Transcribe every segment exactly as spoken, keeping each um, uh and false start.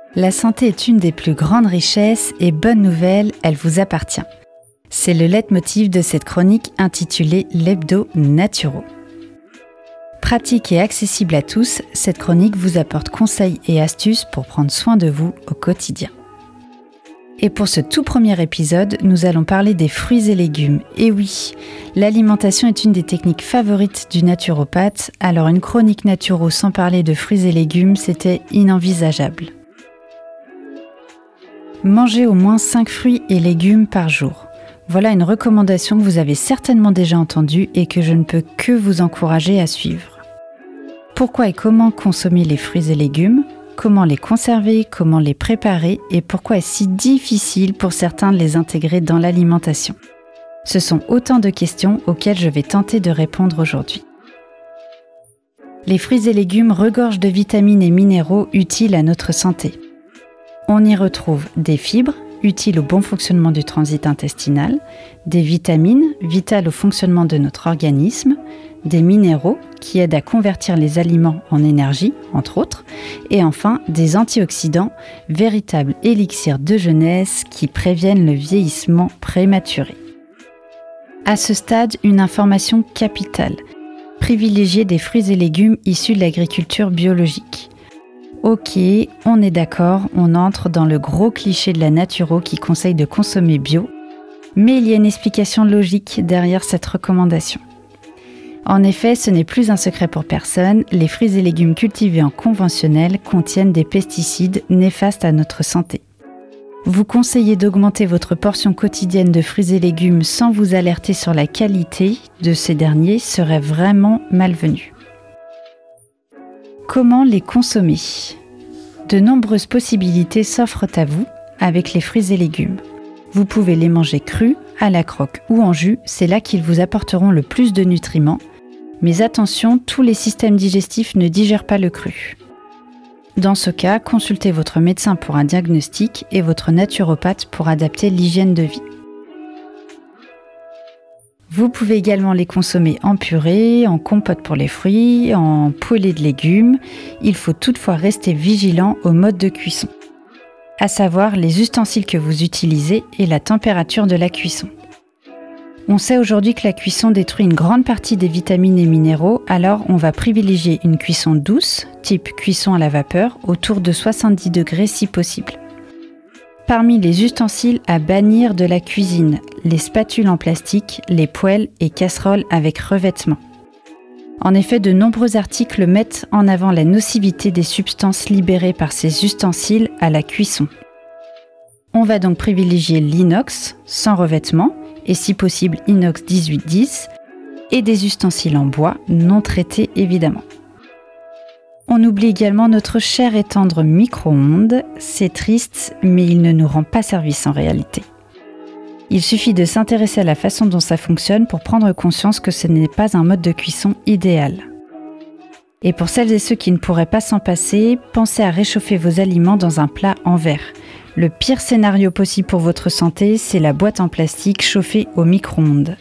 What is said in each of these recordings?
La santé est une des plus grandes richesses et bonne nouvelle, elle vous appartient. C'est le leitmotiv de cette chronique intitulée l'Hebdo Naturo. Pratique et accessible à tous, cette chronique vous apporte conseils et astuces pour prendre soin de vous au quotidien. Et pour ce tout premier épisode, nous allons parler des fruits et légumes. Et oui, l'alimentation est une des techniques favorites du naturopathe, alors une chronique naturo sans parler de fruits et légumes, c'était inenvisageable. Mangez au moins cinq fruits et légumes par jour. Voilà une recommandation que vous avez certainement déjà entendue et que je ne peux que vous encourager à suivre. Pourquoi et comment consommer les fruits et légumes ? Comment les conserver ? Comment les préparer ? Et pourquoi est-ce si difficile pour certains de les intégrer dans l'alimentation ? Ce sont autant de questions auxquelles je vais tenter de répondre aujourd'hui. Les fruits et légumes regorgent de vitamines et minéraux utiles à notre santé. On y retrouve des fibres, utiles au bon fonctionnement du transit intestinal, des vitamines, vitales au fonctionnement de notre organisme, des minéraux qui aident à convertir les aliments en énergie, entre autres, et enfin des antioxydants, véritables élixirs de jeunesse qui préviennent le vieillissement prématuré. À ce stade, une information capitale. Privilégiez des fruits et légumes issus de l'agriculture biologique. Ok, on est d'accord, on entre dans le gros cliché de la naturo qui conseille de consommer bio, mais il y a une explication logique derrière cette recommandation. En effet, ce n'est plus un secret pour personne, les fruits et légumes cultivés en conventionnel contiennent des pesticides néfastes à notre santé. Vous conseillez d'augmenter votre portion quotidienne de fruits et légumes sans vous alerter sur la qualité de ces derniers serait vraiment malvenu. Comment les consommer ? De nombreuses possibilités s'offrent à vous avec les fruits et légumes. Vous pouvez les manger crus, à la croque ou en jus, c'est là qu'ils vous apporteront le plus de nutriments. Mais attention, tous les systèmes digestifs ne digèrent pas le cru. Dans ce cas, consultez votre médecin pour un diagnostic et votre naturopathe pour adapter l'hygiène de vie. Vous pouvez également les consommer en purée, en compote pour les fruits, en poêlée de légumes. Il faut toutefois rester vigilant au mode de cuisson, à savoir les ustensiles que vous utilisez et la température de la cuisson. On sait aujourd'hui que la cuisson détruit une grande partie des vitamines et minéraux, alors on va privilégier une cuisson douce, type cuisson à la vapeur, autour de soixante-dix degrés si possible. Parmi les ustensiles à bannir de la cuisine, les spatules en plastique, les poêles et casseroles avec revêtement. En effet, de nombreux articles mettent en avant la nocivité des substances libérées par ces ustensiles à la cuisson. On va donc privilégier l'inox, sans revêtement, et si possible inox dix-huit dix, et des ustensiles en bois, non traités évidemment. On oublie également notre cher et tendre micro-ondes, c'est triste, mais il ne nous rend pas service en réalité. Il suffit de s'intéresser à la façon dont ça fonctionne pour prendre conscience que ce n'est pas un mode de cuisson idéal. Et pour celles et ceux qui ne pourraient pas s'en passer, pensez à réchauffer vos aliments dans un plat en verre. Le pire scénario possible pour votre santé, c'est la boîte en plastique chauffée au micro-ondes.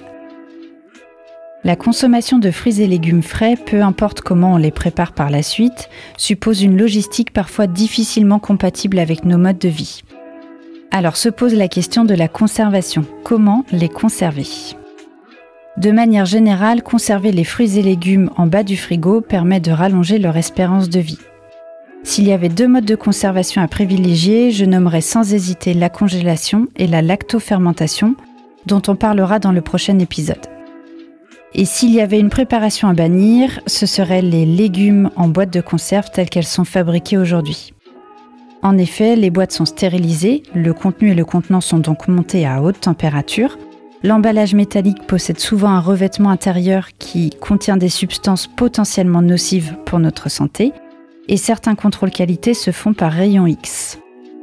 La consommation de fruits et légumes frais, peu importe comment on les prépare par la suite, suppose une logistique parfois difficilement compatible avec nos modes de vie. Alors se pose la question de la conservation. Comment les conserver ? De manière générale, conserver les fruits et légumes en bas du frigo permet de rallonger leur espérance de vie. S'il y avait deux modes de conservation à privilégier, je nommerais sans hésiter la congélation et la lactofermentation, dont on parlera dans le prochain épisode. Et s'il y avait une préparation à bannir, ce seraient les légumes en boîte de conserve telles qu'elles sont fabriquées aujourd'hui. En effet, les boîtes sont stérilisées, le contenu et le contenant sont donc montés à haute température. L'emballage métallique possède souvent un revêtement intérieur qui contient des substances potentiellement nocives pour notre santé, et certains contrôles qualité se font par rayon X.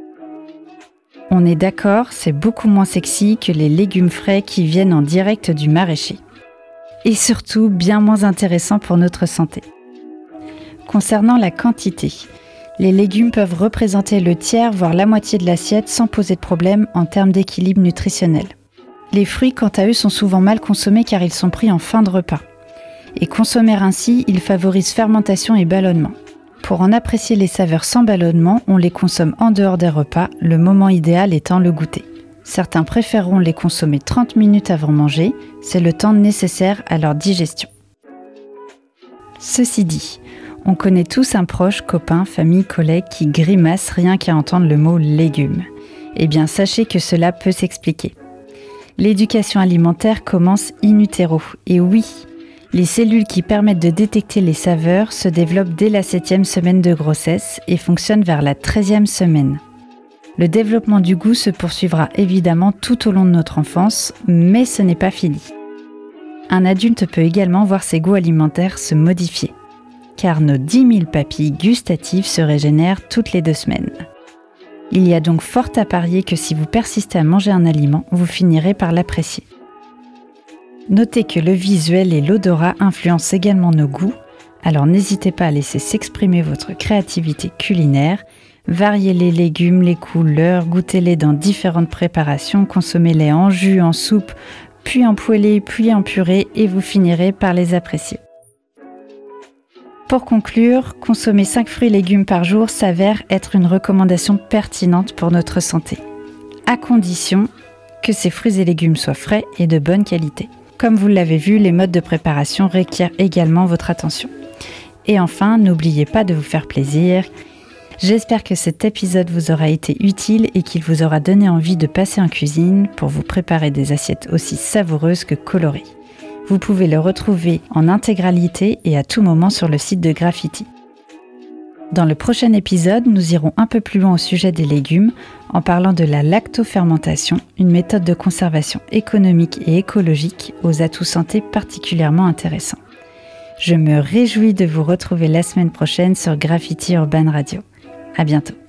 On est d'accord, c'est beaucoup moins sexy que les légumes frais qui viennent en direct du maraîcher. Et surtout, bien moins intéressant pour notre santé. Concernant la quantité, les légumes peuvent représenter le tiers, voire la moitié de l'assiette sans poser de problème en termes d'équilibre nutritionnel. Les fruits, quant à eux, sont souvent mal consommés car ils sont pris en fin de repas. Et consommer ainsi, ils favorisent fermentation et ballonnement. Pour en apprécier les saveurs sans ballonnement, on les consomme en dehors des repas, le moment idéal étant le goûter. Certains préféreront les consommer trente minutes avant manger, c'est le temps nécessaire à leur digestion. Ceci dit, on connaît tous un proche, copain, famille, collègue qui grimace rien qu'à entendre le mot légumes. Eh bien, sachez que cela peut s'expliquer. L'éducation alimentaire commence in utero, et oui, les cellules qui permettent de détecter les saveurs se développent dès la septième semaine de grossesse et fonctionnent vers la treizième semaine. Le développement du goût se poursuivra évidemment tout au long de notre enfance, mais ce n'est pas fini. Un adulte peut également voir ses goûts alimentaires se modifier, car nos dix mille papilles gustatives se régénèrent toutes les deux semaines. Il y a donc fort à parier que si vous persistez à manger un aliment, vous finirez par l'apprécier. Notez que le visuel et l'odorat influencent également nos goûts, alors n'hésitez pas à laisser s'exprimer votre créativité culinaire. Variez les légumes, les couleurs, goûtez-les dans différentes préparations, consommez-les en jus, en soupe, puis en poêlée, puis en purée et vous finirez par les apprécier. Pour conclure, consommer cinq fruits et légumes par jour s'avère être une recommandation pertinente pour notre santé, à condition que ces fruits et légumes soient frais et de bonne qualité. Comme vous l'avez vu, les modes de préparation requièrent également votre attention. Et enfin, n'oubliez pas de vous faire plaisir. J'espère que cet épisode vous aura été utile et qu'il vous aura donné envie de passer en cuisine pour vous préparer des assiettes aussi savoureuses que colorées. Vous pouvez le retrouver en intégralité et à tout moment sur le site de Graffiti. Dans le prochain épisode, nous irons un peu plus loin au sujet des légumes en parlant de la lactofermentation, une méthode de conservation économique et écologique aux atouts santé particulièrement intéressants. Je me réjouis de vous retrouver la semaine prochaine sur Graffiti Urban Radio. À bientôt.